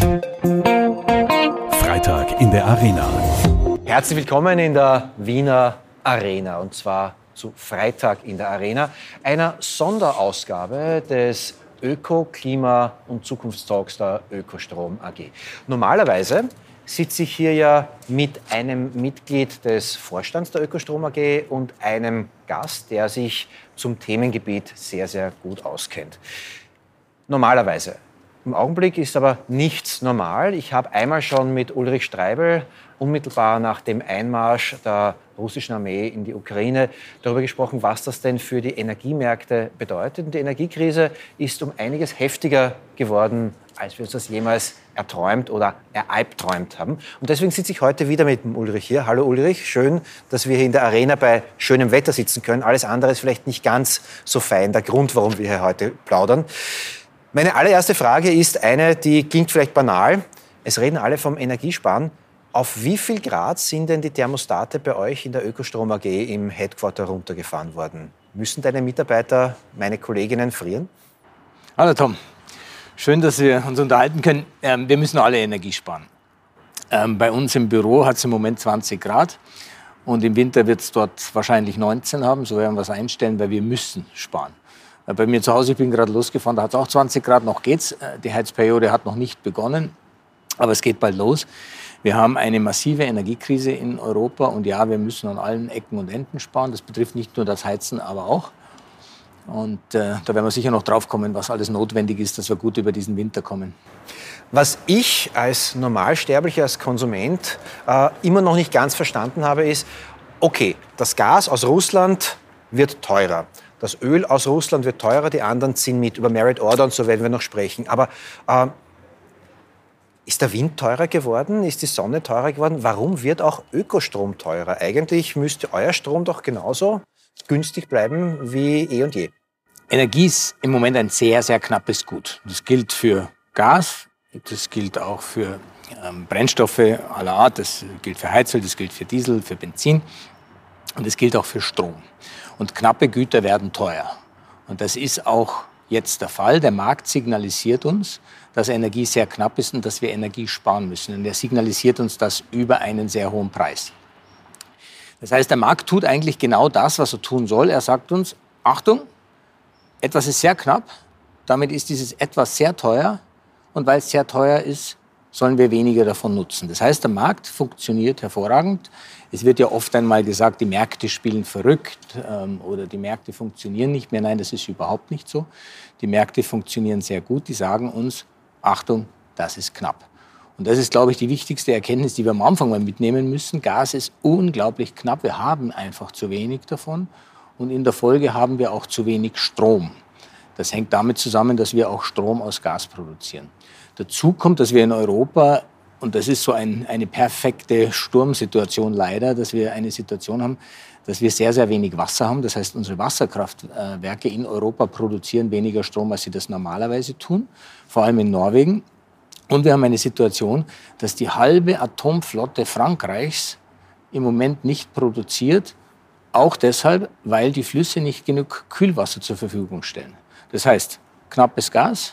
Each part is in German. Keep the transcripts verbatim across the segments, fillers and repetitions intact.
Freitag in der Arena. Herzlich willkommen in der Wiener Arena, und zwar zu Freitag in der Arena, einer Sonderausgabe des Öko-, Klima- und Zukunftstalks der Ökostrom A G. Normalerweise sitze ich hier ja mit einem Mitglied des Vorstands der Ökostrom A G und einem Gast, der sich zum Themengebiet sehr, sehr gut auskennt. Normalerweise. Im Augenblick ist aber nichts normal. Ich habe einmal schon mit Ulrich Streibel unmittelbar nach dem Einmarsch der russischen Armee in die Ukraine darüber gesprochen, was das denn für die Energiemärkte bedeutet. Und die Energiekrise ist um einiges heftiger geworden, als wir uns das jemals erträumt oder ereibträumt haben. Und deswegen sitze ich heute wieder mit dem Ulrich hier. Hallo Ulrich, schön, dass wir hier in der Arena bei schönem Wetter sitzen können. Alles andere ist vielleicht nicht ganz so fein, der Grund, warum wir hier heute plaudern. Meine allererste Frage ist eine, die klingt vielleicht banal. Es reden alle vom Energiesparen. Auf wie viel Grad sind denn die Thermostate bei euch in der Ökostrom A G im Headquarter runtergefahren worden? Müssen deine Mitarbeiter, meine Kolleginnen, frieren? Hallo Tom, schön, dass wir uns unterhalten können. Ähm, wir müssen alle Energie sparen. Ähm, bei uns im Büro hat es im Moment zwanzig Grad und im Winter wird es dort wahrscheinlich neunzehn haben. So werden wir es einstellen, weil wir müssen sparen. Bei mir zu Hause, ich bin gerade losgefahren, da hat es auch zwanzig Grad, noch geht's. Die Heizperiode hat noch nicht begonnen, aber es geht bald los. Wir haben eine massive Energiekrise in Europa und ja, wir müssen an allen Ecken und Enden sparen. Das betrifft nicht nur das Heizen, aber auch. Und äh, da werden wir sicher noch drauf kommen, was alles notwendig ist, dass wir gut über diesen Winter kommen. Was ich als Normalsterblicher, als Konsument äh, immer noch nicht ganz verstanden habe, ist, okay, das Gas aus Russland wird teurer. Das Öl aus Russland wird teurer, die anderen ziehen mit. Über Merit Order und so werden wir noch sprechen. Aber äh, ist der Wind teurer geworden? Ist die Sonne teurer geworden? Warum wird auch Ökostrom teurer? Eigentlich müsste euer Strom doch genauso günstig bleiben wie eh und je. Energie ist im Moment ein sehr, sehr knappes Gut. Das gilt für Gas, das gilt auch für ähm, Brennstoffe aller Art, das gilt für Heizöl, das gilt für Diesel, für Benzin und das gilt auch für Strom. Und knappe Güter werden teuer. Und das ist auch jetzt der Fall. Der Markt signalisiert uns, dass Energie sehr knapp ist und dass wir Energie sparen müssen. Und er signalisiert uns das über einen sehr hohen Preis. Das heißt, der Markt tut eigentlich genau das, was er tun soll. Er sagt uns, Achtung, etwas ist sehr knapp, damit ist dieses etwas sehr teuer. Und weil es sehr teuer ist, sollen wir weniger davon nutzen. Das heißt, der Markt funktioniert hervorragend. Es wird ja oft einmal gesagt, die Märkte spielen verrückt ähm, oder die Märkte funktionieren nicht mehr. Nein, das ist überhaupt nicht so. Die Märkte funktionieren sehr gut. Die sagen uns, Achtung, das ist knapp. Und das ist, glaube ich, die wichtigste Erkenntnis, die wir am Anfang mal mitnehmen müssen. Gas ist unglaublich knapp. Wir haben einfach zu wenig davon. Und in der Folge haben wir auch zu wenig Strom. Das hängt damit zusammen, dass wir auch Strom aus Gas produzieren. Dazu kommt, dass wir in Europa, und das ist so ein, eine perfekte Sturmsituation leider, dass wir eine Situation haben, dass wir sehr, sehr wenig Wasser haben. Das heißt, unsere Wasserkraftwerke in Europa produzieren weniger Strom, als sie das normalerweise tun, vor allem in Norwegen. Und wir haben eine Situation, dass die halbe Atomflotte Frankreichs im Moment nicht produziert, auch deshalb, weil die Flüsse nicht genug Kühlwasser zur Verfügung stellen. Das heißt, knappes Gas,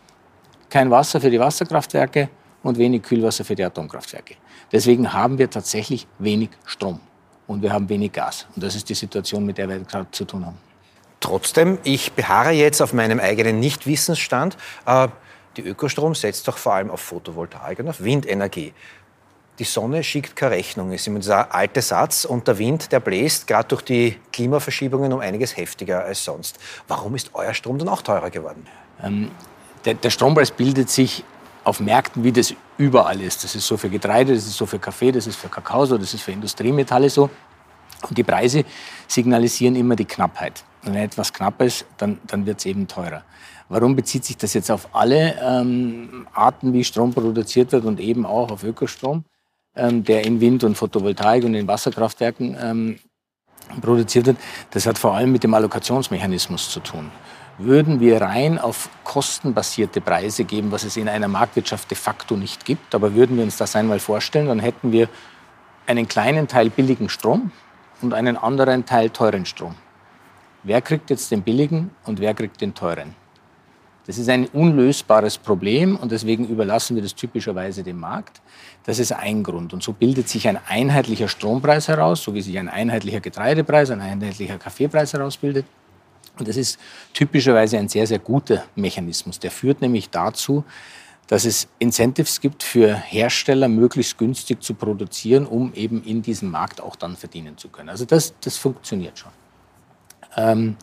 kein Wasser für die Wasserkraftwerke und wenig Kühlwasser für die Atomkraftwerke. Deswegen haben wir tatsächlich wenig Strom und wir haben wenig Gas. Und das ist die Situation, mit der wir gerade zu tun haben. Trotzdem, ich beharre jetzt auf meinem eigenen Nichtwissensstand. Äh, die Ökostrom setzt doch vor allem auf Photovoltaik und auf Windenergie. Die Sonne schickt keine Rechnung, ist immer dieser alte Satz. Und der Wind, der bläst gerade durch die Klimaverschiebungen um einiges heftiger als sonst. Warum ist euer Strom dann auch teurer geworden? Ähm, der, der Strompreis bildet sich auf Märkten, wie das überall ist. Das ist so für Getreide, das ist so für Kaffee, das ist für Kakao so, das ist für Industriemetalle so. Und die Preise signalisieren immer die Knappheit. Und wenn etwas knapp ist, dann, dann wird es eben teurer. Warum bezieht sich das jetzt auf alle ähm, Arten, wie Strom produziert wird und eben auch auf Ökostrom, ähm, der in Wind- und Photovoltaik und in Wasserkraftwerken ähm, produziert wird? Das hat vor allem mit dem Allokationsmechanismus zu tun. Würden wir rein auf kostenbasierte Preise geben, was es in einer Marktwirtschaft de facto nicht gibt, aber würden wir uns das einmal vorstellen, dann hätten wir einen kleinen Teil billigen Strom und einen anderen Teil teuren Strom. Wer kriegt jetzt den billigen und wer kriegt den teuren? Das ist ein unlösbares Problem und deswegen überlassen wir das typischerweise dem Markt. Das ist ein Grund. Und so bildet sich ein einheitlicher Strompreis heraus, so wie sich ein einheitlicher Getreidepreis, ein einheitlicher Kaffeepreis herausbildet. Und das ist typischerweise ein sehr, sehr guter Mechanismus. Der führt nämlich dazu, dass es Incentives gibt für Hersteller, möglichst günstig zu produzieren, um eben in diesem Markt auch dann verdienen zu können. Also das, das funktioniert schon. Ähm,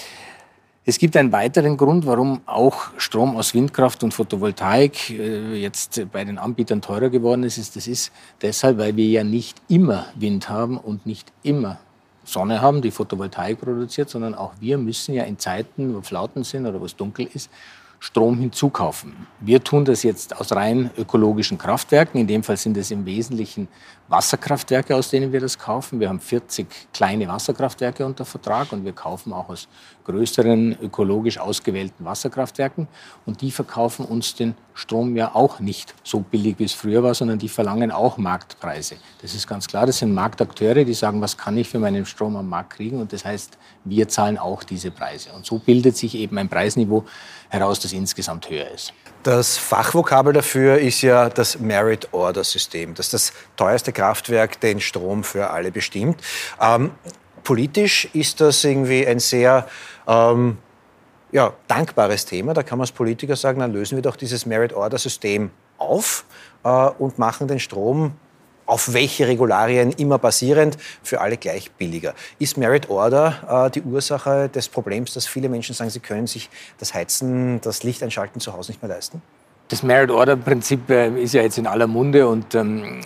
Es gibt einen weiteren Grund, warum auch Strom aus Windkraft und Photovoltaik äh, jetzt bei den Anbietern teurer geworden ist, ist. Das ist deshalb, weil wir ja nicht immer Wind haben und nicht immer Sonne haben, die Photovoltaik produziert, sondern auch wir müssen ja in Zeiten, wo Flauten sind oder wo es dunkel ist, Strom hinzukaufen. Wir tun das jetzt aus rein ökologischen Kraftwerken. In dem Fall sind es im Wesentlichen Wasserkraftwerke, aus denen wir das kaufen. Wir haben vierzig kleine Wasserkraftwerke unter Vertrag und wir kaufen auch aus größeren ökologisch ausgewählten Wasserkraftwerken. Und die verkaufen uns den Strom ja auch nicht so billig, wie es früher war, sondern die verlangen auch Marktpreise. Das ist ganz klar, das sind Marktakteure, die sagen, was kann ich für meinen Strom am Markt kriegen? Und das heißt, wir zahlen auch diese Preise. Und so bildet sich eben ein Preisniveau heraus, das insgesamt höher ist. Das Fachvokabel dafür ist ja das Merit-Order-System, dass das teuerste Kraftwerk den Strom für alle bestimmt. Ähm, politisch ist das irgendwie ein sehr ähm, ja, dankbares Thema. Da kann man als Politiker sagen, dann lösen wir doch dieses Merit-Order-System auf äh, und machen den Strom auf welche Regularien immer basierend, für alle gleich billiger. Ist Merit Order äh, die Ursache des Problems, dass viele Menschen sagen, sie können sich das Heizen, das Licht einschalten zu Hause nicht mehr leisten? Das Merit Order Prinzip äh, ist ja jetzt in aller Munde und ähm,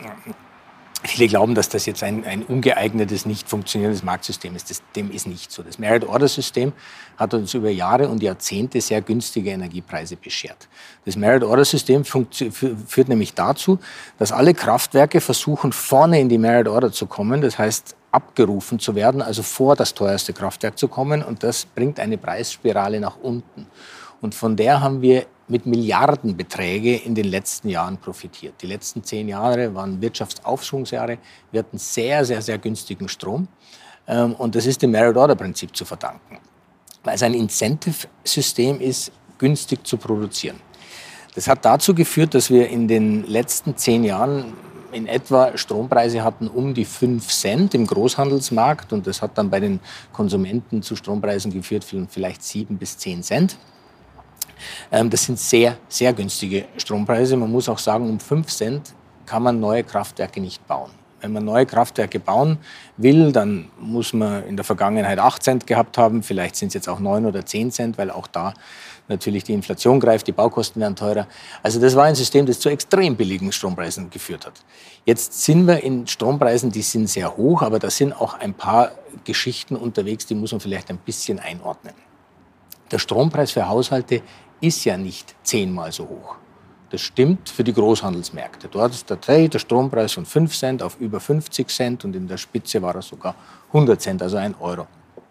viele glauben, dass das jetzt ein, ein ungeeignetes, nicht funktionierendes Marktsystem ist. Das, dem ist nicht so. Das Merit Order System hat uns über Jahre und Jahrzehnte sehr günstige Energiepreise beschert. Das Merit Order System führt nämlich dazu, dass alle Kraftwerke versuchen, vorne in die Merit Order zu kommen. Das heißt, abgerufen zu werden, also vor das teuerste Kraftwerk zu kommen. Und das bringt eine Preisspirale nach unten. Und von der haben wir mit Milliardenbeträge in den letzten Jahren profitiert. Die letzten zehn Jahre waren Wirtschaftsaufschwungsjahre. Wir hatten sehr, sehr, sehr günstigen Strom. Und das ist dem Merit-Order-Prinzip zu verdanken. Weil es ein Incentive-System ist, günstig zu produzieren. Das hat dazu geführt, dass wir in den letzten zehn Jahren in etwa Strompreise hatten um die fünf Cent im Großhandelsmarkt. Und das hat dann bei den Konsumenten zu Strompreisen geführt von vielleicht sieben bis zehn Cent. Das sind sehr, sehr günstige Strompreise. Man muss auch sagen, um fünf Cent kann man neue Kraftwerke nicht bauen. Wenn man neue Kraftwerke bauen will, dann muss man in der Vergangenheit acht Cent gehabt haben. Vielleicht sind es jetzt auch neun oder zehn Cent, weil auch da natürlich die Inflation greift, die Baukosten werden teurer. Also das war ein System, das zu extrem billigen Strompreisen geführt hat. Jetzt sind wir in Strompreisen, die sind sehr hoch, aber da sind auch ein paar Geschichten unterwegs, die muss man vielleicht ein bisschen einordnen. Der Strompreis für Haushalte ist ja nicht zehnmal so hoch. Das stimmt für die Großhandelsmärkte. Dort ist der, der Strompreis von fünf Cent auf über fünfzig Cent und in der Spitze war er sogar hundert Cent, also ein Euro.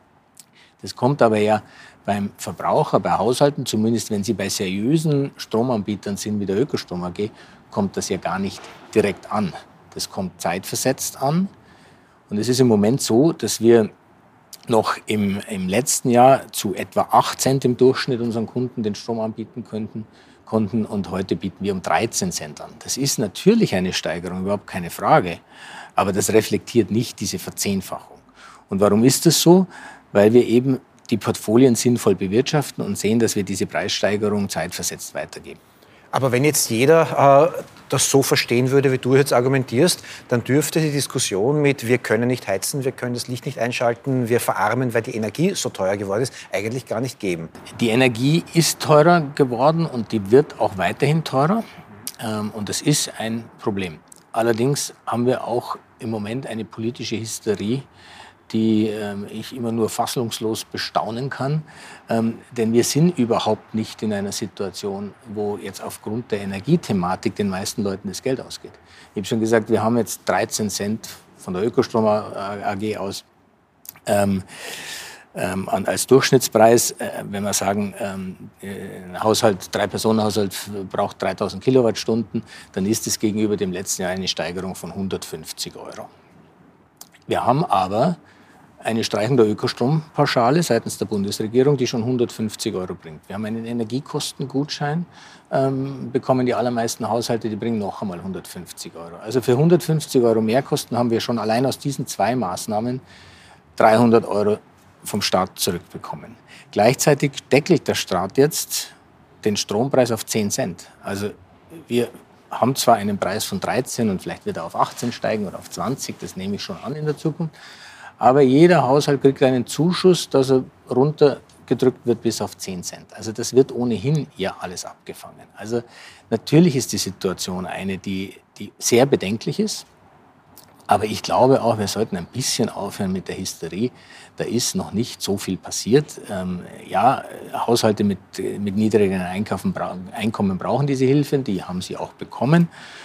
Das kommt aber ja beim Verbraucher, bei Haushalten, zumindest wenn sie bei seriösen Stromanbietern sind wie der Ökostrom A G, kommt das ja gar nicht direkt an. Das kommt zeitversetzt an. Und es ist im Moment so, dass wir noch im, im letzten Jahr zu etwa acht Cent im Durchschnitt unseren Kunden den Strom anbieten könnten, konnten und heute bieten wir um dreizehn Cent an. Das ist natürlich eine Steigerung, überhaupt keine Frage, aber das reflektiert nicht diese Verzehnfachung. Und warum ist das so? Weil wir eben die Portfolien sinnvoll bewirtschaften und sehen, dass wir diese Preissteigerung zeitversetzt weitergeben. Aber wenn jetzt jeder äh, das so verstehen würde, wie du jetzt argumentierst, dann dürfte die Diskussion mit wir können nicht heizen, wir können das Licht nicht einschalten, wir verarmen, weil die Energie so teuer geworden ist, eigentlich gar nicht geben. Die Energie ist teurer geworden und die wird auch weiterhin teurer. Ähm, und das ist ein Problem. Allerdings haben wir auch im Moment eine politische Hysterie, die ähm, ich immer nur fassungslos bestaunen kann. Ähm, denn wir sind überhaupt nicht in einer Situation, wo jetzt aufgrund der Energiethematik den meisten Leuten das Geld ausgeht. Ich habe schon gesagt, wir haben jetzt dreizehn Cent von der Ökostrom A G aus ähm, ähm, als Durchschnittspreis. Äh, wenn wir sagen, ähm, ein Haushalt, Drei-Personen-Haushalt braucht dreitausend Kilowattstunden, dann ist es gegenüber dem letzten Jahr eine Steigerung von hundertfünfzig Euro. Wir haben aber eine Streichung der Ökostrompauschale seitens der Bundesregierung, die schon hundertfünfzig Euro bringt. Wir haben einen Energiekostengutschein, ähm, bekommen die allermeisten Haushalte, die bringen noch einmal hundertfünfzig Euro. Also für hundertfünfzig Euro Mehrkosten haben wir schon allein aus diesen zwei Maßnahmen dreihundert Euro vom Staat zurückbekommen. Gleichzeitig deckelt der Staat jetzt den Strompreis auf zehn Cent. Also wir haben zwar einen Preis von dreizehn und vielleicht wird er auf achtzehn steigen oder auf zwanzig, das nehme ich schon an in der Zukunft. Aber jeder Haushalt kriegt einen Zuschuss, dass er runtergedrückt wird bis auf zehn Cent. Also das wird ohnehin ja alles abgefangen. Also natürlich ist die Situation eine, die, die sehr bedenklich ist. Aber ich glaube auch, wir sollten ein bisschen aufhören mit der Hysterie. Da ist noch nicht so viel passiert. Ähm, ja, Haushalte mit, mit niedrigeren Einkommen brauchen diese Hilfe. Die haben sie auch bekommen.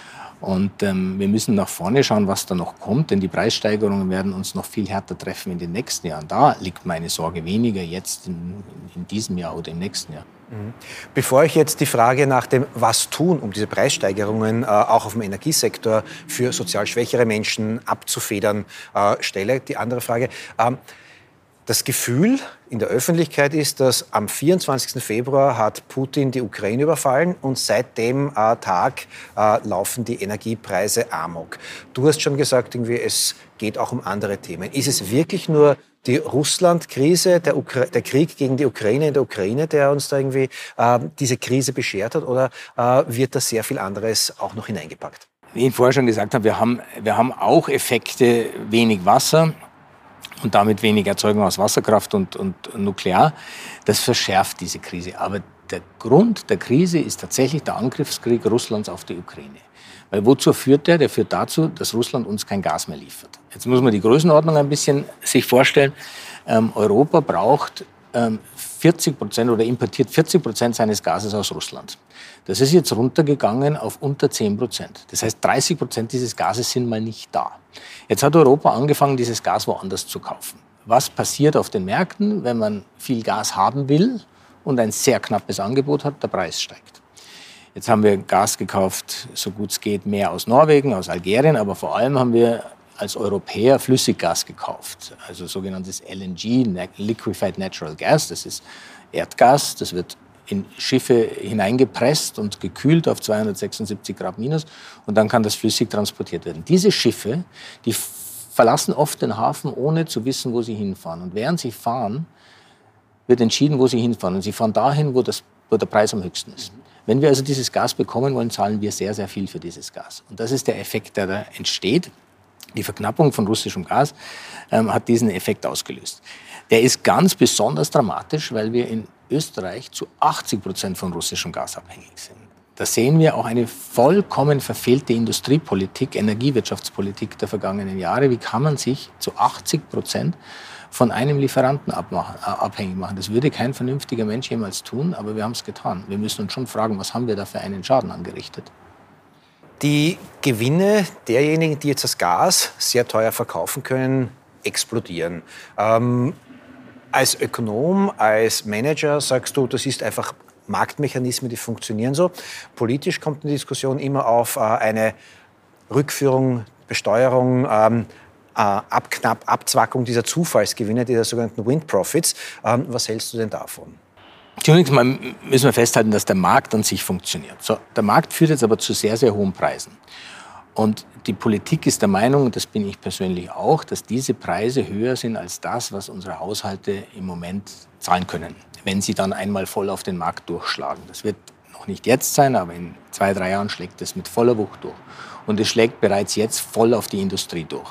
Und ähm, wir müssen nach vorne schauen, was da noch kommt, denn die Preissteigerungen werden uns noch viel härter treffen in den nächsten Jahren. Da liegt meine Sorge weniger jetzt in, in diesem Jahr oder im nächsten Jahr. Bevor ich jetzt die Frage nach dem Was tun, um diese Preissteigerungen äh, auch auf dem Energiesektor für sozial schwächere Menschen abzufedern, äh, stelle, die andere Frage. Ähm, Das Gefühl in der Öffentlichkeit ist, dass am vierundzwanzigsten Februar hat Putin die Ukraine überfallen und seit dem äh, Tag äh, laufen die Energiepreise amok. Du hast schon gesagt, irgendwie, es geht auch um andere Themen. Ist es wirklich nur die Russland-Krise, der, Ukra- der Krieg gegen die Ukraine in der Ukraine, der uns da irgendwie äh, diese Krise beschert hat, oder äh, wird da sehr viel anderes auch noch hineingepackt? Wie ich vorher schon gesagt habe, wir haben, wir haben auch Effekte, wenig Wasser und damit wenig Erzeugung aus Wasserkraft und, und Nuklear. Das verschärft diese Krise. Aber der Grund der Krise ist tatsächlich der Angriffskrieg Russlands auf die Ukraine. Weil wozu führt der? Der führt dazu, dass Russland uns kein Gas mehr liefert. Jetzt muss man die Größenordnung ein bisschen sich vorstellen. Ähm, Europa braucht ähm, vierzig Prozent oder importiert vierzig Prozent seines Gases aus Russland. Das ist jetzt runtergegangen auf unter zehn Prozent. Das heißt, dreißig Prozent dieses Gases sind mal nicht da. Jetzt hat Europa angefangen, dieses Gas woanders zu kaufen. Was passiert auf den Märkten, wenn man viel Gas haben will und ein sehr knappes Angebot hat? Der Preis steigt. Jetzt haben wir Gas gekauft, so gut es geht, mehr aus Norwegen, aus Algerien, aber vor allem haben wir als Europäer Flüssiggas gekauft, also sogenanntes L N G, Liquefied Natural Gas. Das ist Erdgas, das wird in Schiffe hineingepresst und gekühlt auf zweihundertsechsundsiebzig Grad minus und dann kann das flüssig transportiert werden. Diese Schiffe, die verlassen oft den Hafen, ohne zu wissen, wo sie hinfahren. Und während sie fahren, wird entschieden, wo sie hinfahren. Und sie fahren dahin, wo, das, wo der Preis am höchsten ist. Wenn wir also dieses Gas bekommen wollen, zahlen wir sehr, sehr viel für dieses Gas. Und das ist der Effekt, der da entsteht. Die Verknappung von russischem Gas ähm, hat diesen Effekt ausgelöst. Der ist ganz besonders dramatisch, weil wir in Österreich zu achtzig Prozent von russischem Gas abhängig sind. Da sehen wir auch eine vollkommen verfehlte Industriepolitik, Energiewirtschaftspolitik der vergangenen Jahre. Wie kann man sich zu achtzig Prozent von einem Lieferanten abmachen, äh, abhängig machen? Das würde kein vernünftiger Mensch jemals tun, aber wir haben es getan. Wir müssen uns schon fragen, was haben wir da für einen Schaden angerichtet? Die Gewinne derjenigen, die jetzt das Gas sehr teuer verkaufen können, explodieren. Ähm, als Ökonom, als Manager sagst du, das ist einfach Marktmechanismen, die funktionieren so. Politisch kommt in die Diskussion immer auf äh, eine Rückführung, Besteuerung, ähm, äh, Abknapp, Abzwackung dieser Zufallsgewinne, dieser sogenannten Wind Profits. Ähm, was hältst du denn davon? Zunächst mal müssen wir festhalten, dass der Markt an sich funktioniert. So, der Markt führt jetzt aber zu sehr, sehr hohen Preisen. Und die Politik ist der Meinung, und das bin ich persönlich auch, dass diese Preise höher sind als das, was unsere Haushalte im Moment zahlen können, wenn sie dann einmal voll auf den Markt durchschlagen. Das wird noch nicht jetzt sein, aber in zwei, drei Jahren schlägt es mit voller Wucht durch. Und es schlägt bereits jetzt voll auf die Industrie durch.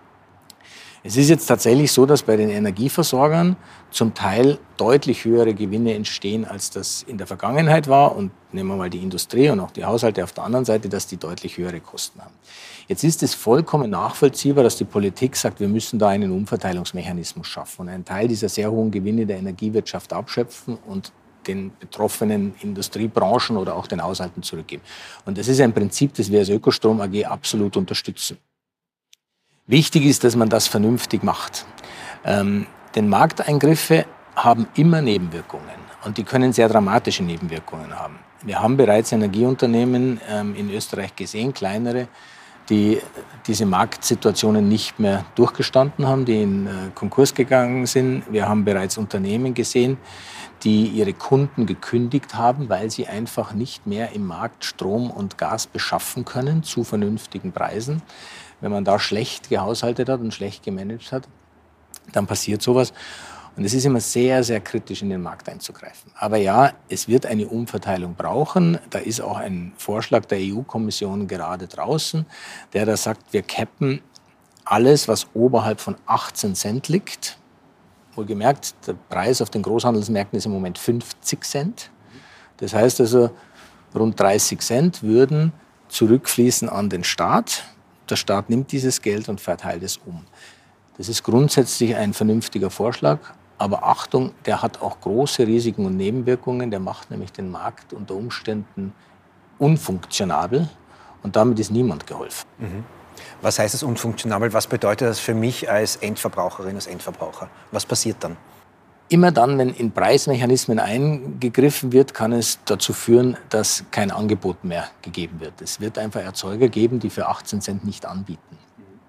Es ist jetzt tatsächlich so, dass bei den Energieversorgern zum Teil deutlich höhere Gewinne entstehen, als das in der Vergangenheit war. Und nehmen wir mal die Industrie und auch die Haushalte auf der anderen Seite, dass die deutlich höhere Kosten haben. Jetzt ist es vollkommen nachvollziehbar, dass die Politik sagt, wir müssen da einen Umverteilungsmechanismus schaffen und einen Teil dieser sehr hohen Gewinne der Energiewirtschaft abschöpfen und den betroffenen Industriebranchen oder auch den Haushalten zurückgeben. Und das ist ein Prinzip, das wir als Ökostrom A G absolut unterstützen. Wichtig ist, dass man das vernünftig macht. Ähm, denn Markteingriffe haben immer Nebenwirkungen und die können sehr dramatische Nebenwirkungen haben. Wir haben bereits Energieunternehmen ähm, in Österreich gesehen, kleinere, die diese Marktsituationen nicht mehr durchgestanden haben, die in Konkurs gegangen sind. Wir haben bereits Unternehmen gesehen, die ihre Kunden gekündigt haben, weil sie einfach nicht mehr im Markt Strom und Gas beschaffen können zu vernünftigen Preisen. Wenn man da schlecht gehaushaltet hat und schlecht gemanagt hat, dann passiert sowas. Und es ist immer sehr, sehr kritisch, in den Markt einzugreifen. Aber ja, es wird eine Umverteilung brauchen. Da ist auch ein Vorschlag der E U-Kommission gerade draußen, der da sagt, wir cappen alles, was oberhalb von achtzehn Cent liegt. Wohlgemerkt, der Preis auf den Großhandelsmärkten ist im Moment fünfzig Cent. Das heißt also, rund dreißig Cent würden zurückfließen an den Staat. Der Staat nimmt dieses Geld und verteilt es um. Das ist grundsätzlich ein vernünftiger Vorschlag. Aber Achtung, der hat auch große Risiken und Nebenwirkungen. Der macht nämlich den Markt unter Umständen unfunktionabel. Und damit ist niemand geholfen. Mhm. Was heißt es unfunktionabel? Was bedeutet das für mich als Endverbraucherin, als Endverbraucher? Was passiert dann? Immer dann, wenn in Preismechanismen eingegriffen wird, kann es dazu führen, dass kein Angebot mehr gegeben wird. Es wird einfach Erzeuger geben, die für achtzehn Cent nicht anbieten.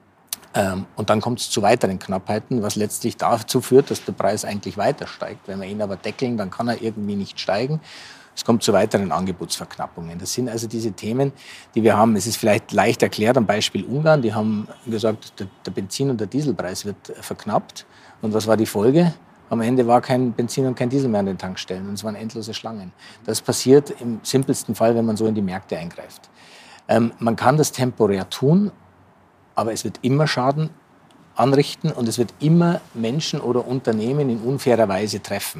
Und dann kommt es zu weiteren Knappheiten, was letztlich dazu führt, dass der Preis eigentlich weiter steigt. Wenn wir ihn aber deckeln, dann kann er irgendwie nicht steigen. Es kommt zu weiteren Angebotsverknappungen. Das sind also diese Themen, die wir haben. Es ist vielleicht leicht erklärt am Beispiel Ungarn. Die haben gesagt, der Benzin- und der Dieselpreis wird verknappt. Und was war die Folge? Am Ende war kein Benzin und kein Diesel mehr an den Tankstellen. Und es waren endlose Schlangen. Das passiert im simpelsten Fall, wenn man so in die Märkte eingreift. Ähm, man kann das temporär tun, aber es wird immer Schaden anrichten und es wird immer Menschen oder Unternehmen in unfairer Weise treffen.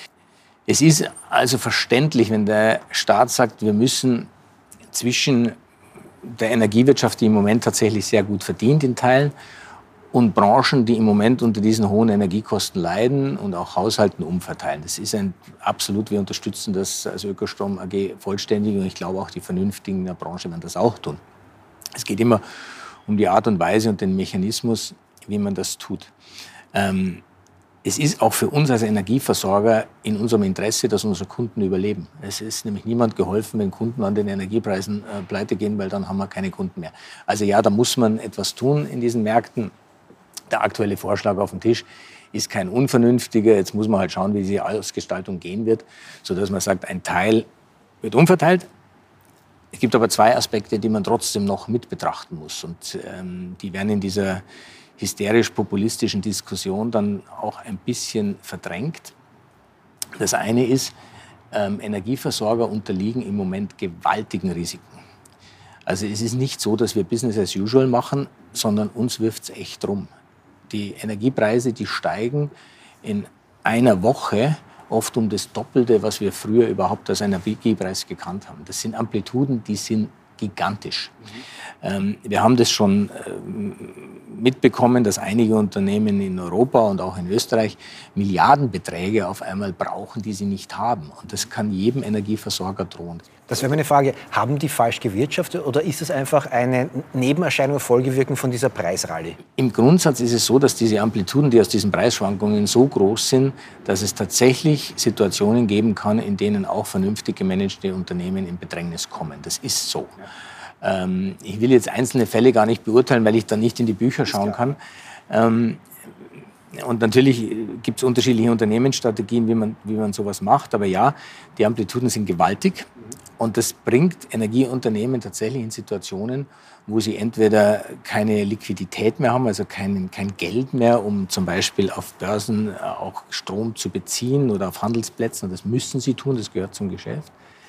Es ist also verständlich, wenn der Staat sagt, wir müssen zwischen der Energiewirtschaft, die im Moment tatsächlich sehr gut verdient in Teilen, und Branchen, die im Moment unter diesen hohen Energiekosten leiden und auch Haushalten umverteilen. Das ist ein absolut, wir unterstützen das als Ökostrom A G vollständig und ich glaube auch die Vernünftigen in der Branche werden das auch tun. Es geht immer um die Art und Weise und den Mechanismus, wie man das tut. Ähm, es ist auch für uns als Energieversorger in unserem Interesse, dass unsere Kunden überleben. Es ist nämlich niemand geholfen, wenn Kunden an den Energiepreisen äh, pleite gehen, weil dann haben wir keine Kunden mehr. Also ja, da muss man etwas tun in diesen Märkten. Der aktuelle Vorschlag auf dem Tisch ist kein unvernünftiger. Jetzt muss man halt schauen, wie die Ausgestaltung gehen wird, sodass man sagt, ein Teil wird umverteilt. Es gibt aber zwei Aspekte, die man trotzdem noch mit betrachten muss. Und ähm, die werden in dieser hysterisch-populistischen Diskussion dann auch ein bisschen verdrängt. Das eine ist, ähm, Energieversorger unterliegen im Moment gewaltigen Risiken. Also es ist nicht so, dass wir Business as usual machen, sondern uns wirft es echt rum. Die Energiepreise, die steigen in einer Woche oft um das Doppelte, was wir früher überhaupt als Energiepreis gekannt haben. Das sind Amplituden, die sind gigantisch. Mhm. Ähm, wir haben das schon äh, mitbekommen, dass einige Unternehmen in Europa und auch in Österreich Milliardenbeträge auf einmal brauchen, die sie nicht haben. Und das kann jedem Energieversorger drohen. Das wäre meine Frage. Haben die falsch gewirtschaftet oder ist es einfach eine Nebenerscheinung, Folgewirkung von dieser Preisrallye? Im Grundsatz ist es so, dass diese Amplituden, die aus diesen Preisschwankungen so groß sind, dass es tatsächlich Situationen geben kann, in denen auch vernünftig gemanagte Unternehmen in Bedrängnis kommen. Das ist so. Ja. Ähm, ich will jetzt einzelne Fälle gar nicht beurteilen, weil ich da nicht in die Bücher schauen kann. Ähm, Und natürlich gibt es unterschiedliche Unternehmensstrategien, wie man, wie man sowas macht. Aber ja, die Amplituden sind gewaltig. Und das bringt Energieunternehmen tatsächlich in Situationen, wo sie entweder keine Liquidität mehr haben, also kein, kein Geld mehr, um zum Beispiel auf Börsen auch Strom zu beziehen oder auf Handelsplätzen. Und das müssen sie tun, das gehört zum Geschäft.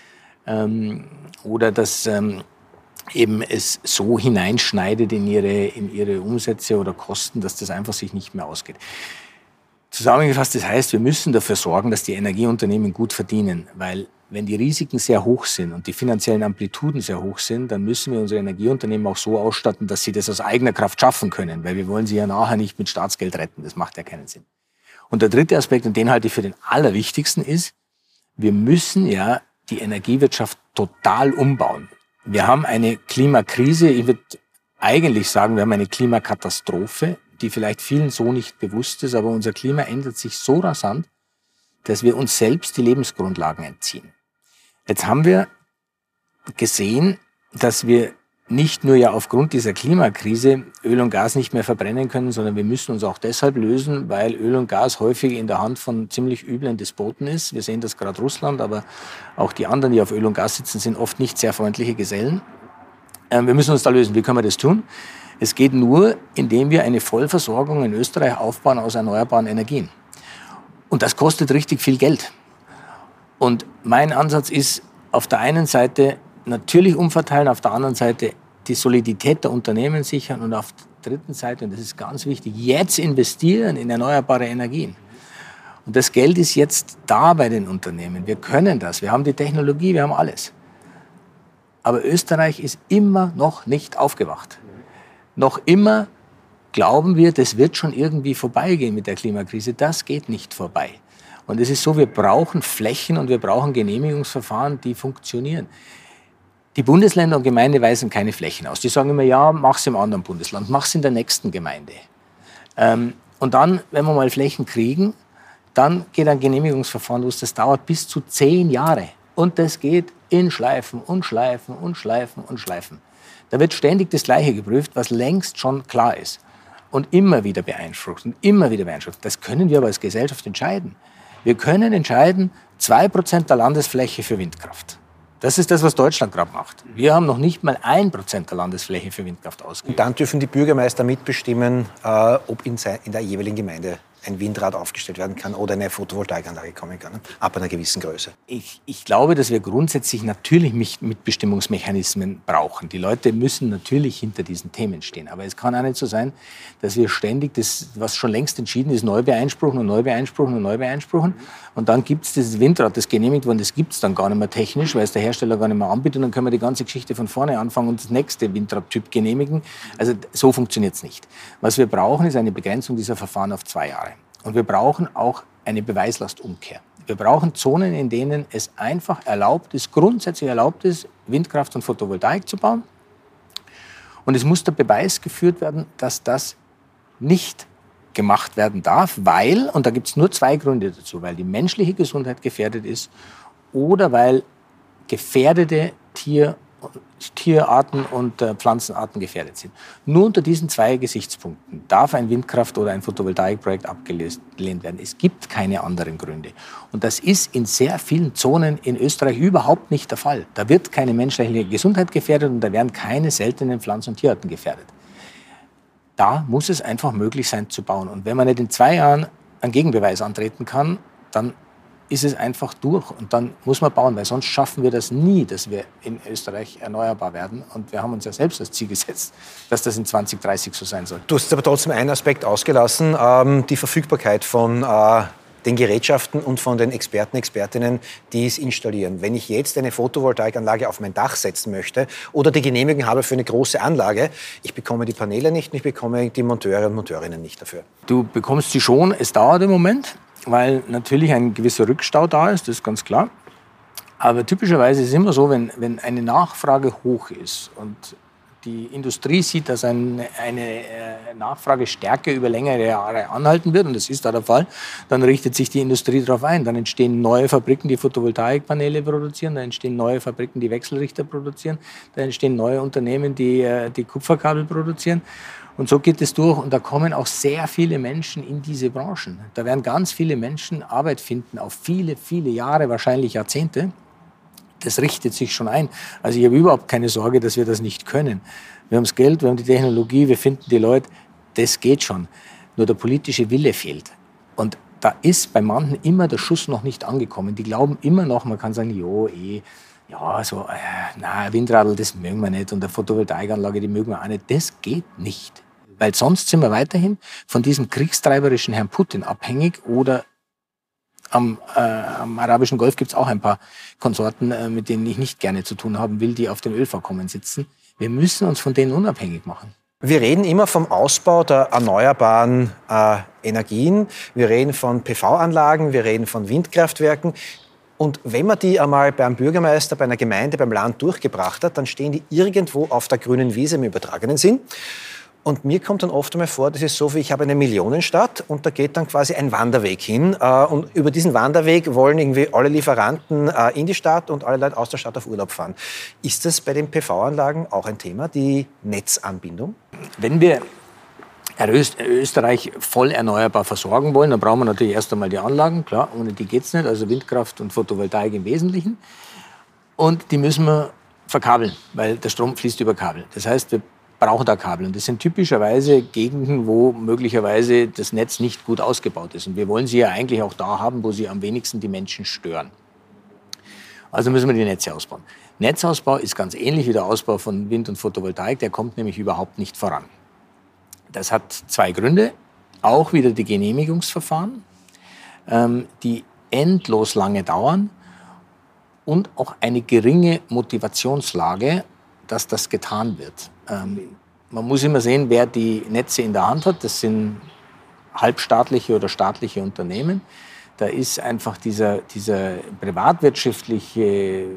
Ähm, oder dass ähm, eben es so hineinschneidet in ihre, in ihre Umsätze oder Kosten, dass das einfach sich nicht mehr ausgeht. Zusammengefasst, das heißt, wir müssen dafür sorgen, dass die Energieunternehmen gut verdienen, weil wenn die Risiken sehr hoch sind und die finanziellen Amplituden sehr hoch sind, dann müssen wir unsere Energieunternehmen auch so ausstatten, dass sie das aus eigener Kraft schaffen können, weil wir wollen sie ja nachher nicht mit Staatsgeld retten. Das macht ja keinen Sinn. Und der dritte Aspekt, und den halte ich für den allerwichtigsten, ist, wir müssen ja die Energiewirtschaft total umbauen. Wir haben eine Klimakrise, ich würde eigentlich sagen, wir haben eine Klimakatastrophe, die vielleicht vielen so nicht bewusst ist, aber unser Klima ändert sich so rasant, dass wir uns selbst die Lebensgrundlagen entziehen. Jetzt haben wir gesehen, dass wir nicht nur ja aufgrund dieser Klimakrise Öl und Gas nicht mehr verbrennen können, sondern wir müssen uns auch deshalb lösen, weil Öl und Gas häufig in der Hand von ziemlich üblen Despoten ist. Wir sehen das gerade Russland, aber auch die anderen, die auf Öl und Gas sitzen, sind oft nicht sehr freundliche Gesellen. Wir müssen uns da lösen. Wie können wir das tun? Es geht nur, indem wir eine Vollversorgung in Österreich aufbauen aus erneuerbaren Energien. Und das kostet richtig viel Geld. Und mein Ansatz ist, auf der einen Seite natürlich umverteilen, auf der anderen Seite die Solidität der Unternehmen sichern und auf der dritten Seite, und das ist ganz wichtig, jetzt investieren in erneuerbare Energien. Und das Geld ist jetzt da bei den Unternehmen. Wir können das. Wir haben die Technologie, wir haben alles. Aber Österreich ist immer noch nicht aufgewacht. Noch immer glauben wir, das wird schon irgendwie vorbeigehen mit der Klimakrise. Das geht nicht vorbei. Und es ist so, wir brauchen Flächen und wir brauchen Genehmigungsverfahren, die funktionieren. Die Bundesländer und Gemeinden weisen keine Flächen aus. Die sagen immer, ja, mach's im anderen Bundesland, mach's in der nächsten Gemeinde. Ähm, und dann, wenn wir mal Flächen kriegen, dann geht ein Genehmigungsverfahren los. Das dauert bis zu zehn Jahre. Und das geht in Schleifen und Schleifen und Schleifen und Schleifen. Da wird ständig das Gleiche geprüft, was längst schon klar ist. Und immer wieder beeinflusst und immer wieder beeinflusst. Das können wir aber als Gesellschaft entscheiden. Wir können entscheiden, zwei Prozent der Landesfläche für Windkraft. Das ist das, was Deutschland gerade macht. Wir haben noch nicht mal ein Prozent der Landesfläche für Windkraft ausgegeben. Und dann dürfen die Bürgermeister mitbestimmen, äh, ob in, in der jeweiligen Gemeinde ein Windrad aufgestellt werden kann oder eine Photovoltaikanlage kommen kann, ab einer gewissen Größe. Ich, ich glaube, dass wir grundsätzlich natürlich Mitbestimmungsmechanismen brauchen. Die Leute müssen natürlich hinter diesen Themen stehen. Aber es kann auch nicht so sein, dass wir ständig das, was schon längst entschieden ist, neu beeinspruchen und neu beeinspruchen und neu beeinspruchen. Und dann gibt es dieses Windrad, das genehmigt worden, das gibt es dann gar nicht mehr technisch, weil es der Hersteller gar nicht mehr anbietet. Und dann können wir die ganze Geschichte von vorne anfangen und das nächste Windradtyp genehmigen. Also so funktioniert es nicht. Was wir brauchen, ist eine Begrenzung dieser Verfahren auf zwei Jahre. Und wir brauchen auch eine Beweislastumkehr. Wir brauchen Zonen, in denen es einfach erlaubt ist, grundsätzlich erlaubt ist, Windkraft und Photovoltaik zu bauen. Und es muss der Beweis geführt werden, dass das nicht gemacht werden darf, weil, und da gibt es nur zwei Gründe dazu, weil die menschliche Gesundheit gefährdet ist oder weil gefährdete Tier, Tierarten und äh, Pflanzenarten gefährdet sind. Nur unter diesen zwei Gesichtspunkten darf ein Windkraft- oder ein Photovoltaikprojekt abgelehnt werden. Es gibt keine anderen Gründe. Und das ist in sehr vielen Zonen in Österreich überhaupt nicht der Fall. Da wird keine menschliche Gesundheit gefährdet und da werden keine seltenen Pflanzen- und Tierarten gefährdet. Da muss es einfach möglich sein zu bauen. Und wenn man nicht in zwei Jahren einen Gegenbeweis antreten kann, dann ist es einfach durch und dann muss man bauen, weil sonst schaffen wir das nie, dass wir in Österreich erneuerbar werden. Und wir haben uns ja selbst das Ziel gesetzt, dass das in zwanzig dreißig so sein soll. Du hast aber trotzdem einen Aspekt ausgelassen, ähm, die Verfügbarkeit von äh, den Gerätschaften und von den Experten, Expertinnen, die es installieren. Wenn ich jetzt eine Photovoltaikanlage auf mein Dach setzen möchte oder die Genehmigung habe für eine große Anlage, ich bekomme die Paneele nicht, ich bekomme die Monteure und Monteurinnen nicht dafür. Du bekommst sie schon, es dauert im Moment, weil natürlich ein gewisser Rückstau da ist, das ist ganz klar. Aber typischerweise ist es immer so, wenn, wenn eine Nachfrage hoch ist und die Industrie sieht, dass eine, eine Nachfragestärke über längere Jahre anhalten wird, und das ist da der Fall, dann richtet sich die Industrie darauf ein. Dann entstehen neue Fabriken, die Photovoltaikpaneele produzieren, dann entstehen neue Fabriken, die Wechselrichter produzieren, dann entstehen neue Unternehmen, die, die Kupferkabel produzieren. Und so geht es durch und da kommen auch sehr viele Menschen in diese Branchen. Da werden ganz viele Menschen Arbeit finden, auf viele, viele Jahre, wahrscheinlich Jahrzehnte. Das richtet sich schon ein. Also ich habe überhaupt keine Sorge, dass wir das nicht können. Wir haben das Geld, wir haben die Technologie, wir finden die Leute, das geht schon. Nur der politische Wille fehlt. Und da ist bei manchen immer der Schuss noch nicht angekommen. Die glauben immer noch, man kann sagen, jo, eh, ja, so, äh, na, Windradl, das mögen wir nicht und eine Photovoltaikanlage, die mögen wir auch nicht. Das geht nicht. Weil sonst sind wir weiterhin von diesem kriegstreiberischen Herrn Putin abhängig oder am, äh, am arabischen Golf gibt es auch ein paar Konsorten, äh, mit denen ich nicht gerne zu tun haben will, die auf den Ölvorkommen sitzen. Wir müssen uns von denen unabhängig machen. Wir reden immer vom Ausbau der erneuerbaren äh, Energien. Wir reden von P V-Anlagen, wir reden von Windkraftwerken. Und wenn man die einmal beim Bürgermeister, bei einer Gemeinde, beim Land durchgebracht hat, dann stehen die irgendwo auf der grünen Wiese im übertragenen Sinn. Und mir kommt dann oft einmal vor, das ist so, wie ich habe eine Millionenstadt und da geht dann quasi ein Wanderweg hin. Äh, und über diesen Wanderweg wollen irgendwie alle Lieferanten äh, in die Stadt und alle Leute aus der Stadt auf Urlaub fahren. Ist das bei den P V-Anlagen auch ein Thema, die Netzanbindung? Wenn wir Österreich voll erneuerbar versorgen wollen, dann brauchen wir natürlich erst einmal die Anlagen. Klar, ohne die geht es nicht, also Windkraft und Photovoltaik im Wesentlichen. Und die müssen wir verkabeln, weil der Strom fließt über Kabel. Das heißt, wir brauchen da Kabel. Und das sind typischerweise Gegenden, wo möglicherweise das Netz nicht gut ausgebaut ist. Und wir wollen sie ja eigentlich auch da haben, wo sie am wenigsten die Menschen stören. Also müssen wir die Netze ausbauen. Netzausbau ist ganz ähnlich wie der Ausbau von Wind- und Photovoltaik. Der kommt nämlich überhaupt nicht voran. Das hat zwei Gründe. Auch wieder die Genehmigungsverfahren, ähm, die endlos lange dauern und auch eine geringe Motivationslage, dass das getan wird. Ähm, man muss immer sehen, wer die Netze in der Hand hat. Das sind halbstaatliche oder staatliche Unternehmen. Da ist einfach dieser, dieser privatwirtschaftliche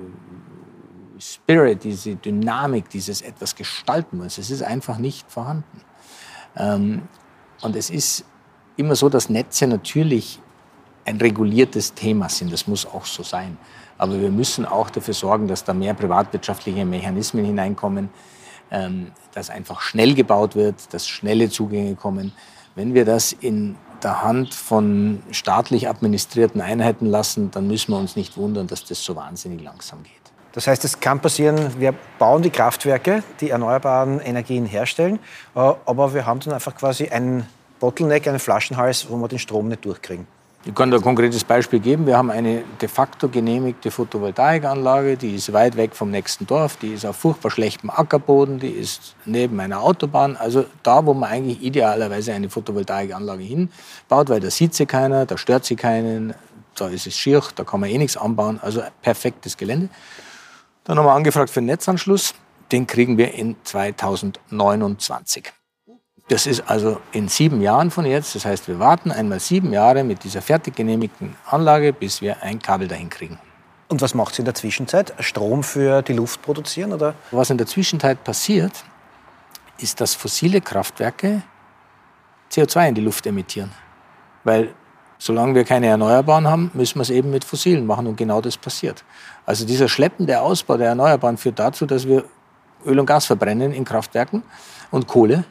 Spirit, diese Dynamik, dieses etwas gestalten muss, es ist einfach nicht vorhanden. Ähm, und es ist immer so, dass Netze natürlich ein reguliertes Thema sind. Das muss auch so sein. Aber wir müssen auch dafür sorgen, dass da mehr privatwirtschaftliche Mechanismen hineinkommen, ähm, dass einfach schnell gebaut wird, dass schnelle Zugänge kommen. Wenn wir das in der Hand von staatlich administrierten Einheiten lassen, dann müssen wir uns nicht wundern, dass das so wahnsinnig langsam geht. Das heißt, es kann passieren, wir bauen die Kraftwerke, die erneuerbaren Energien herstellen, aber wir haben dann einfach quasi einen Bottleneck, einen Flaschenhals, wo wir den Strom nicht durchkriegen. Ich kann da ein konkretes Beispiel geben. Wir haben eine de facto genehmigte Photovoltaikanlage, die ist weit weg vom nächsten Dorf, die ist auf furchtbar schlechtem Ackerboden, die ist neben einer Autobahn. Also da, wo man eigentlich idealerweise eine Photovoltaikanlage hinbaut, weil da sieht sie keiner, da stört sie keinen, da ist es schier, da kann man eh nichts anbauen, also perfektes Gelände. Dann haben wir angefragt für den Netzanschluss. Den kriegen wir in zweitausendneunundzwanzig. Das ist also in sieben Jahren von jetzt. Das heißt, wir warten einmal sieben Jahre mit dieser fertig genehmigten Anlage, bis wir ein Kabel dahin kriegen. Und was macht sie in der Zwischenzeit? Strom für die Luft produzieren? Oder? Was in der Zwischenzeit passiert, ist, dass fossile Kraftwerke C O zwei in die Luft emittieren. Weil solange wir keine Erneuerbaren haben, müssen wir es eben mit fossilen machen. Und genau das passiert. Also dieser schleppende Ausbau der Erneuerbaren führt dazu, dass wir Öl und Gas verbrennen in Kraftwerken und Kohle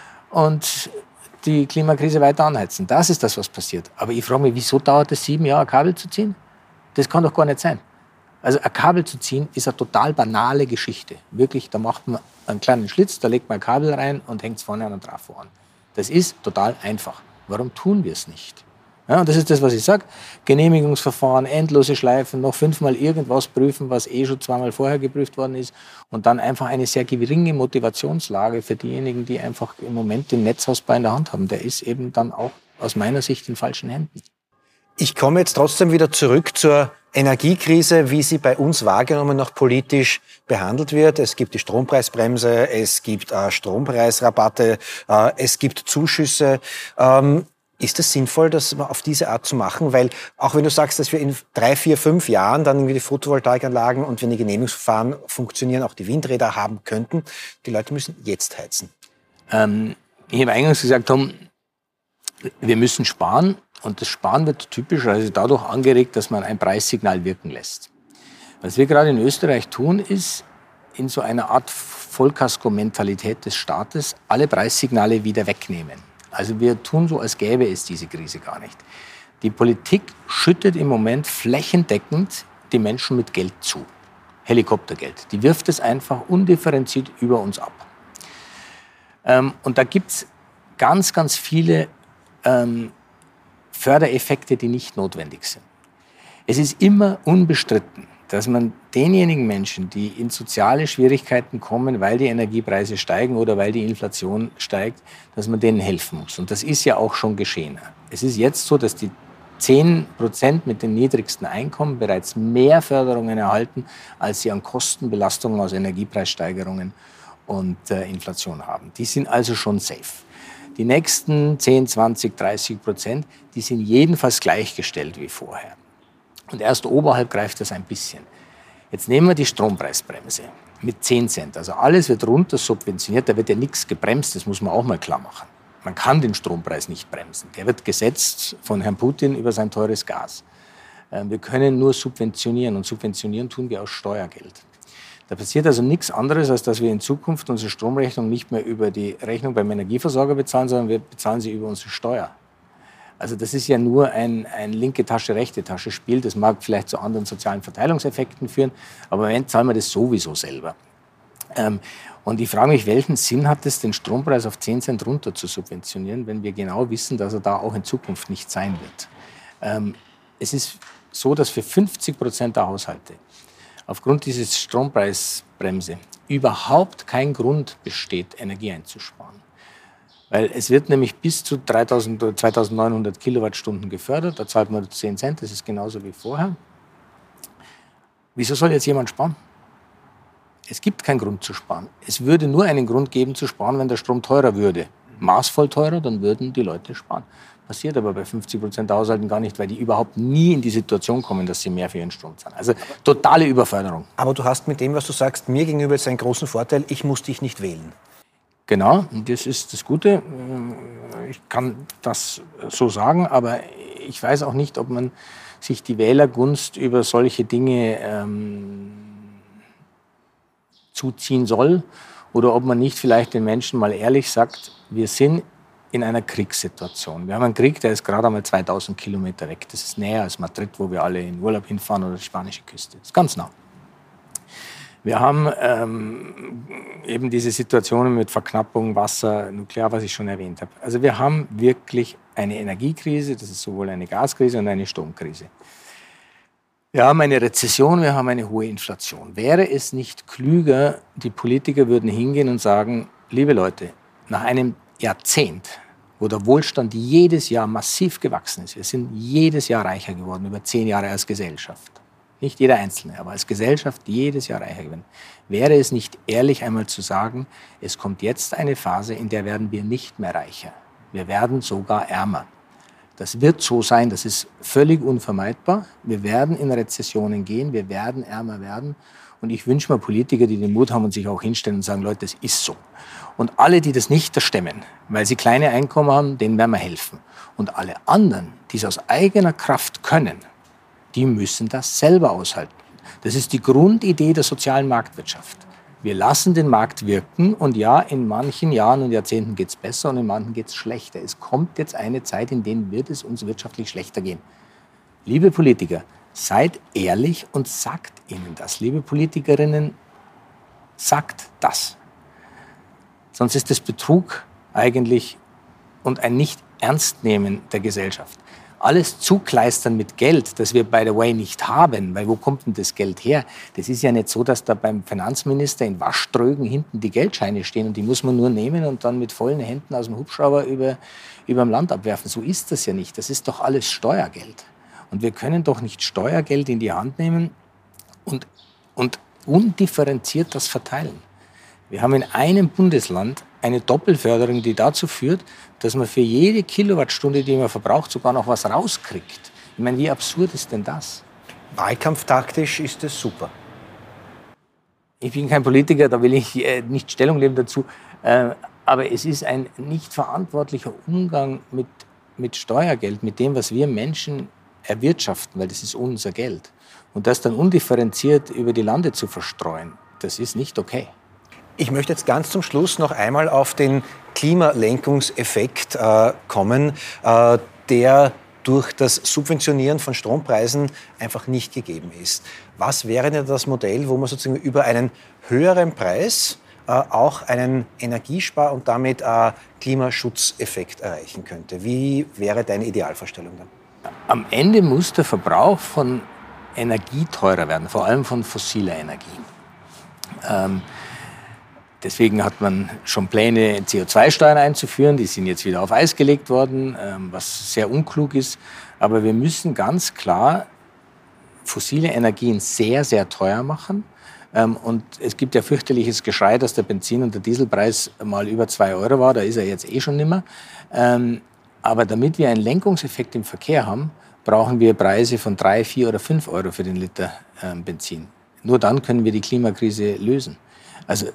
und die Klimakrise weiter anheizen. Das ist das, was passiert. Aber ich frage mich, wieso dauert es sieben Jahre, ein Kabel zu ziehen? Das kann doch gar nicht sein. Also ein Kabel zu ziehen ist eine total banale Geschichte. Wirklich, da macht man einen kleinen Schlitz, da legt man ein Kabel rein und hängt es vorne an den Trafo an. Das ist total einfach. Warum tun wir es nicht? Ja, und das ist das, was ich sage. Genehmigungsverfahren, endlose Schleifen, noch fünfmal irgendwas prüfen, was eh schon zweimal vorher geprüft worden ist. Und dann einfach eine sehr geringe Motivationslage für diejenigen, die einfach im Moment den Netzausbau in der Hand haben. Der ist eben dann auch aus meiner Sicht in falschen Händen. Ich komme jetzt trotzdem wieder zurück zur Energiekrise, wie sie bei uns wahrgenommen noch politisch behandelt wird. Es gibt die Strompreisbremse, es gibt äh, Strompreisrabatte, äh, es gibt Zuschüsse. Ähm, Ist es sinnvoll, das auf diese Art zu machen? Weil auch wenn du sagst, dass wir in drei, vier, fünf Jahren dann irgendwie die Photovoltaikanlagen und wenn die Genehmigungsverfahren funktionieren, auch die Windräder haben könnten, die Leute müssen jetzt heizen. Ähm, ich habe eingangs gesagt, Tom, wir müssen sparen und das Sparen wird typischerweise dadurch angeregt, dass man ein Preissignal wirken lässt. Was wir gerade in Österreich tun, ist in so einer Art Vollkasko-Mentalität des Staates alle Preissignale wieder wegnehmen. Also wir tun so, als gäbe es diese Krise gar nicht. Die Politik schüttet im Moment flächendeckend die Menschen mit Geld zu. Helikoptergeld. Die wirft es einfach undifferenziert über uns ab. Ähm, und da gibt es ganz, ganz viele ähm, Fördereffekte, die nicht notwendig sind. Es ist immer unbestritten, dass man denjenigen Menschen, die in soziale Schwierigkeiten kommen, weil die Energiepreise steigen oder weil die Inflation steigt, dass man denen helfen muss. Und das ist ja auch schon geschehen. Es ist jetzt so, dass die zehn Prozent mit den niedrigsten Einkommen bereits mehr Förderungen erhalten, als sie an Kostenbelastungen aus Energiepreissteigerungen und äh, Inflation haben. Die sind also schon safe. Die nächsten zehn, zwanzig, dreißig Prozent, die sind jedenfalls gleichgestellt wie vorher. Und erst oberhalb greift das ein bisschen. Jetzt nehmen wir die Strompreisbremse mit zehn Cent. Also alles wird runter subventioniert, da wird ja nichts gebremst, das muss man auch mal klar machen. Man kann den Strompreis nicht bremsen. Der wird gesetzt von Herrn Putin über sein teures Gas. Wir können nur subventionieren und subventionieren tun wir aus Steuergeld. Da passiert also nichts anderes, als dass wir in Zukunft unsere Stromrechnung nicht mehr über die Rechnung beim Energieversorger bezahlen, sondern wir bezahlen sie über unsere Steuer. Also das ist ja nur ein, ein linke Tasche, rechte Tasche Spiel. Das mag vielleicht zu anderen sozialen Verteilungseffekten führen, aber im Moment zahlen wir das sowieso selber. Ähm, und ich frage mich, welchen Sinn hat es, den Strompreis auf zehn Cent runter zu subventionieren, wenn wir genau wissen, dass er da auch in Zukunft nicht sein wird. Ähm, es ist so, dass für fünfzig Prozent der Haushalte aufgrund dieses Strompreisbremse überhaupt kein Grund besteht, Energie einzusparen. Weil es wird nämlich bis zu dreitausend oder zweitausendneunhundert Kilowattstunden gefördert. Da zahlt man zehn Cent, das ist genauso wie vorher. Wieso soll jetzt jemand sparen? Es gibt keinen Grund zu sparen. Es würde nur einen Grund geben zu sparen, wenn der Strom teurer würde. Maßvoll teurer, dann würden die Leute sparen. Passiert aber bei fünfzig Prozent der Haushalten gar nicht, weil die überhaupt nie in die Situation kommen, dass sie mehr für ihren Strom zahlen. Also totale Überförderung. Aber du hast mit dem, was du sagst, mir gegenüber jetzt einen großen Vorteil, ich muss dich nicht wählen. Genau, und das ist das Gute. Ich kann das so sagen, aber ich weiß auch nicht, ob man sich die Wählergunst über solche Dinge ähm, zuziehen soll oder ob man nicht vielleicht den Menschen mal ehrlich sagt, wir sind in einer Kriegssituation. Wir haben einen Krieg, der ist gerade einmal zweitausend Kilometer weg. Das ist näher als Madrid, wo wir alle in Urlaub hinfahren, oder die spanische Küste. Das ist ganz nah. Wir haben ähm, eben diese Situationen mit Verknappung, Wasser, Nuklear, was ich schon erwähnt habe. Also wir haben wirklich eine Energiekrise, das ist sowohl eine Gaskrise und eine Stromkrise. Wir haben eine Rezession, wir haben eine hohe Inflation. Wäre es nicht klüger, die Politiker würden hingehen und sagen, liebe Leute, nach einem Jahrzehnt, wo der Wohlstand jedes Jahr massiv gewachsen ist, wir sind jedes Jahr reicher geworden, über zehn Jahre als Gesellschaft. Nicht jeder Einzelne, aber als Gesellschaft jedes Jahr reicher geworden. Wäre es nicht ehrlich, einmal zu sagen, es kommt jetzt eine Phase, in der werden wir nicht mehr reicher. Wir werden sogar ärmer. Das wird so sein, das ist völlig unvermeidbar. Wir werden in Rezessionen gehen, wir werden ärmer werden. Und ich wünsche mir Politiker, die den Mut haben und sich auch hinstellen und sagen, Leute, das ist so. Und alle, die das nicht stemmen, weil sie kleine Einkommen haben, denen werden wir helfen. Und alle anderen, die es aus eigener Kraft können, die müssen das selber aushalten. Das ist die Grundidee der sozialen Marktwirtschaft. Wir lassen den Markt wirken und ja, in manchen Jahren und Jahrzehnten geht es besser und in manchen geht es schlechter. Es kommt jetzt eine Zeit, in der wird es uns wirtschaftlich schlechter gehen. Liebe Politiker, seid ehrlich und sagt ihnen das. Liebe Politikerinnen, sagt das. Sonst ist es Betrug eigentlich und ein Nicht-Ernstnehmen der Gesellschaft. Alles zukleistern mit Geld, das wir, by the way, nicht haben, weil wo kommt denn das Geld her? Das ist ja nicht so, dass da beim Finanzminister in Waschtrögen hinten die Geldscheine stehen und die muss man nur nehmen und dann mit vollen Händen aus dem Hubschrauber über, über dem Land abwerfen. So ist das ja nicht. Das ist doch alles Steuergeld. Und wir können doch nicht Steuergeld in die Hand nehmen und, und undifferenziert das verteilen. Wir haben in einem Bundesland eine Doppelförderung, die dazu führt, dass man für jede Kilowattstunde, die man verbraucht, sogar noch was rauskriegt. Ich meine, wie absurd ist denn das? Wahlkampftaktisch ist es super. Ich bin kein Politiker, da will ich äh, nicht Stellung nehmen dazu. Äh, aber es ist ein nicht verantwortlicher Umgang mit, mit Steuergeld, mit dem, was wir Menschen erwirtschaften, weil das ist unser Geld. Und das dann undifferenziert über die Lande zu verstreuen, das ist nicht okay. Ich möchte jetzt ganz zum Schluss noch einmal auf den Klimalenkungseffekt äh, kommen, äh, der durch das Subventionieren von Strompreisen einfach nicht gegeben ist. Was wäre denn das Modell, wo man sozusagen über einen höheren Preis äh, auch einen Energiespar- und damit äh, Klimaschutzeffekt erreichen könnte? Wie wäre deine Idealvorstellung dann? Am Ende muss der Verbrauch von Energie teurer werden, vor allem von fossiler Energie. Ähm, Deswegen hat man schon Pläne, C O zwei Steuern einzuführen. Die sind jetzt wieder auf Eis gelegt worden, was sehr unklug ist. Aber wir müssen ganz klar fossile Energien sehr, sehr teuer machen. Und es gibt ja fürchterliches Geschrei, dass der Benzin- und der Dieselpreis mal über zwei Euro war. Da ist er jetzt eh schon nimmer. Aber damit wir einen Lenkungseffekt im Verkehr haben, brauchen wir Preise von drei, vier oder fünf Euro für den Liter Benzin. Nur dann können wir die Klimakrise lösen. Also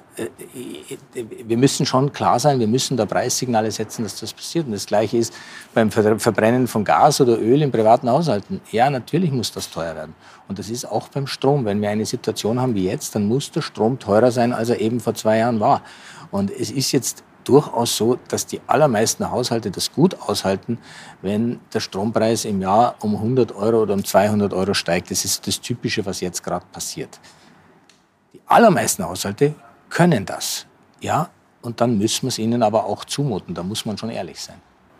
wir müssen schon klar sein, wir müssen da Preissignale setzen, dass das passiert. Und das Gleiche ist beim Verbrennen von Gas oder Öl in privaten Haushalten. Ja, natürlich muss das teuer werden. Und das ist auch beim Strom. Wenn wir eine Situation haben wie jetzt, dann muss der Strom teurer sein, als er eben vor zwei Jahren war. Und es ist jetzt durchaus so, dass die allermeisten Haushalte das gut aushalten, wenn der Strompreis im Jahr um hundert Euro oder um zweihundert Euro steigt. Das ist das Typische, was jetzt gerade passiert. Die allermeisten Haushalte können das, ja, und dann müssen wir es ihnen aber auch zumuten. Da muss man schon ehrlich sein.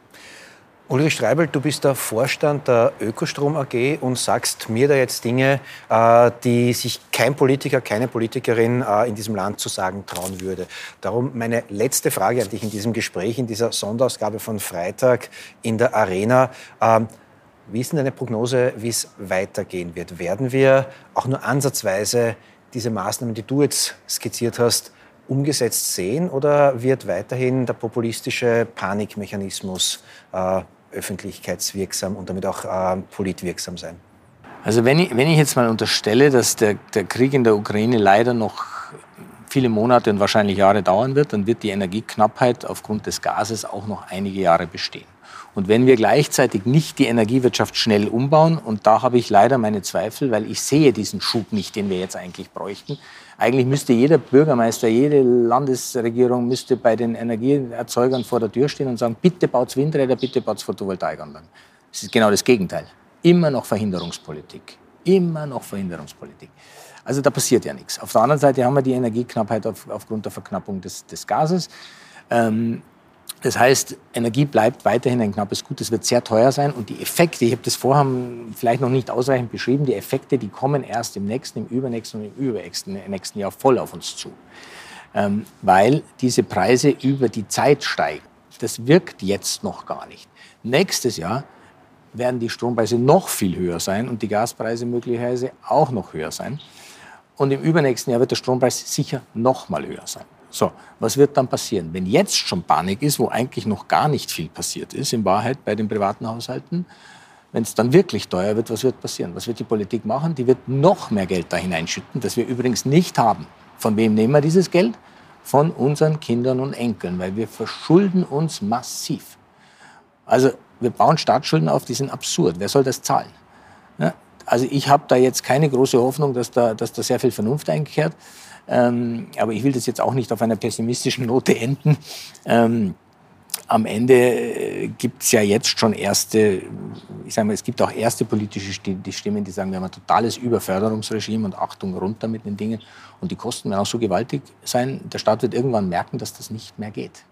Ulrich Streibel, du bist der Vorstand der Ökostrom A G und sagst mir da jetzt Dinge, die sich kein Politiker, keine Politikerin in diesem Land zu sagen trauen würde. Darum meine letzte Frage an dich in diesem Gespräch, in dieser Sonderausgabe von Freitag in der Arena. Wie ist denn deine Prognose, wie es weitergehen wird? Werden wir auch nur ansatzweise diese Maßnahmen, die du jetzt skizziert hast, umgesetzt sehen, oder wird weiterhin der populistische Panikmechanismus äh, öffentlichkeitswirksam und damit auch äh, politwirksam sein? Also wenn ich, wenn ich jetzt mal unterstelle, dass der, der Krieg in der Ukraine leider noch viele Monate und wahrscheinlich Jahre dauern wird, dann wird die Energieknappheit aufgrund des Gases auch noch einige Jahre bestehen. Und wenn wir gleichzeitig nicht die Energiewirtschaft schnell umbauen, und da habe ich leider meine Zweifel, weil ich sehe diesen Schub nicht, den wir jetzt eigentlich bräuchten. Eigentlich müsste jeder Bürgermeister, jede Landesregierung müsste bei den Energieerzeugern vor der Tür stehen und sagen, bitte baut's Windräder, bitte baut's Photovoltaikanlagen. Das ist genau das Gegenteil. Immer noch Verhinderungspolitik. Immer noch Verhinderungspolitik. Also da passiert ja nichts. Auf der anderen Seite haben wir die Energieknappheit auf, aufgrund der Verknappung des, des Gases. Ähm, Das heißt, Energie bleibt weiterhin ein knappes Gut. Es wird sehr teuer sein. Und die Effekte, ich habe das vorher vielleicht noch nicht ausreichend beschrieben, die Effekte, die kommen erst im nächsten, im übernächsten und im übernächsten nächsten Jahr voll auf uns zu. Ähm, weil diese Preise über die Zeit steigen. Das wirkt jetzt noch gar nicht. Nächstes Jahr werden die Strompreise noch viel höher sein und die Gaspreise möglicherweise auch noch höher sein. Und im übernächsten Jahr wird der Strompreis sicher noch mal höher sein. So, was wird dann passieren? Wenn jetzt schon Panik ist, wo eigentlich noch gar nicht viel passiert ist, in Wahrheit bei den privaten Haushalten, wenn es dann wirklich teuer wird, was wird passieren? Was wird die Politik machen? Die wird noch mehr Geld da hineinschütten, das wir übrigens nicht haben. Von wem nehmen wir dieses Geld? Von unseren Kindern und Enkeln, weil wir verschulden uns massiv. Also wir bauen Staatsschulden auf, die sind absurd. Wer soll das zahlen? Ja, also ich habe da jetzt keine große Hoffnung, dass da, dass da sehr viel Vernunft einkehrt. Ähm, aber ich will das jetzt auch nicht auf einer pessimistischen Note enden. Ähm, am Ende äh, gibt es ja jetzt schon erste, ich sage mal, es gibt auch erste politische Stimmen, die sagen, wir haben ein totales Überförderungsregime und Achtung runter mit den Dingen. Und die Kosten werden auch so gewaltig sein, der Staat wird irgendwann merken, dass das nicht mehr geht.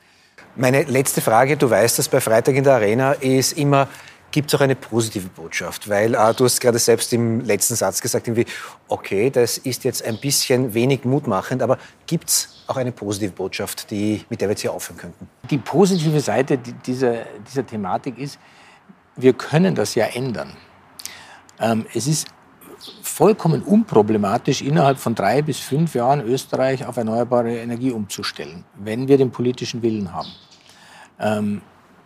Meine letzte Frage, du weißt das bei Freitag in der Arena, ist immer, gibt es auch eine positive Botschaft? Weil äh, du hast gerade selbst im letzten Satz gesagt, irgendwie, okay, das ist jetzt ein bisschen wenig mutmachend, aber gibt es auch eine positive Botschaft, die, mit der wir jetzt hier aufhören könnten? Die positive Seite dieser, dieser Thematik ist, wir können das ja ändern. Ähm, es ist vollkommen unproblematisch, innerhalb von drei bis fünf Jahren Österreich auf erneuerbare Energie umzustellen, wenn wir den politischen Willen haben. Ähm,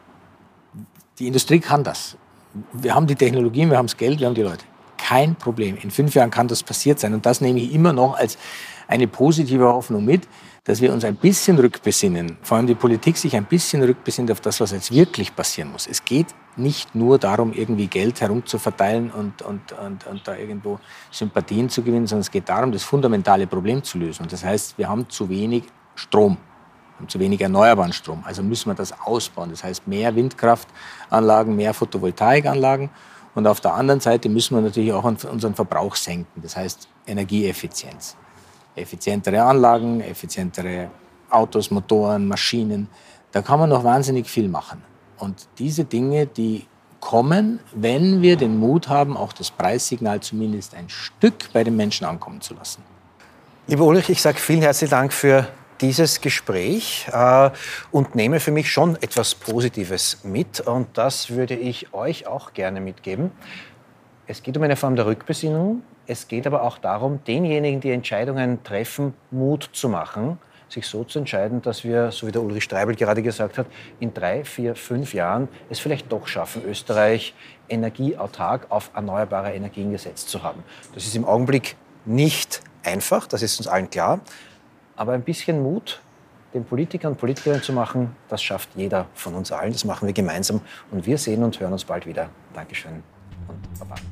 Die Industrie kann das. Wir haben die Technologien, wir haben das Geld, wir haben die Leute. Kein Problem. In fünf Jahren kann das passiert sein. Und das nehme ich immer noch als eine positive Hoffnung mit, dass wir uns ein bisschen rückbesinnen, vor allem die Politik sich ein bisschen rückbesinnt auf das, was jetzt wirklich passieren muss. Es geht nicht nur darum, irgendwie Geld herumzuverteilen und, und, und, und da irgendwo Sympathien zu gewinnen, sondern es geht darum, das fundamentale Problem zu lösen. Und das heißt, wir haben zu wenig Strom. zu wenig erneuerbaren Strom. Also müssen wir das ausbauen. Das heißt, mehr Windkraftanlagen, mehr Photovoltaikanlagen. Und auf der anderen Seite müssen wir natürlich auch unseren Verbrauch senken. Das heißt, Energieeffizienz. Effizientere Anlagen, effizientere Autos, Motoren, Maschinen. Da kann man noch wahnsinnig viel machen. Und diese Dinge, die kommen, wenn wir den Mut haben, auch das Preissignal zumindest ein Stück bei den Menschen ankommen zu lassen. Lieber Ulrich, ich sage vielen herzlichen Dank für dieses Gespräch äh, und nehme für mich schon etwas Positives mit. Und das würde ich euch auch gerne mitgeben. Es geht um eine Form der Rückbesinnung. Es geht aber auch darum, denjenigen, die Entscheidungen treffen, Mut zu machen, sich so zu entscheiden, dass wir, so wie der Ulrich Streibel gerade gesagt hat, in drei, vier, fünf Jahren es vielleicht doch schaffen, Österreich energieautark auf erneuerbare Energien gesetzt zu haben. Das ist im Augenblick nicht einfach, das ist uns allen klar. Aber ein bisschen Mut den Politikern und Politikerinnen zu machen, das schafft jeder von uns allen. Das machen wir gemeinsam und wir sehen und hören uns bald wieder. Dankeschön und Baba.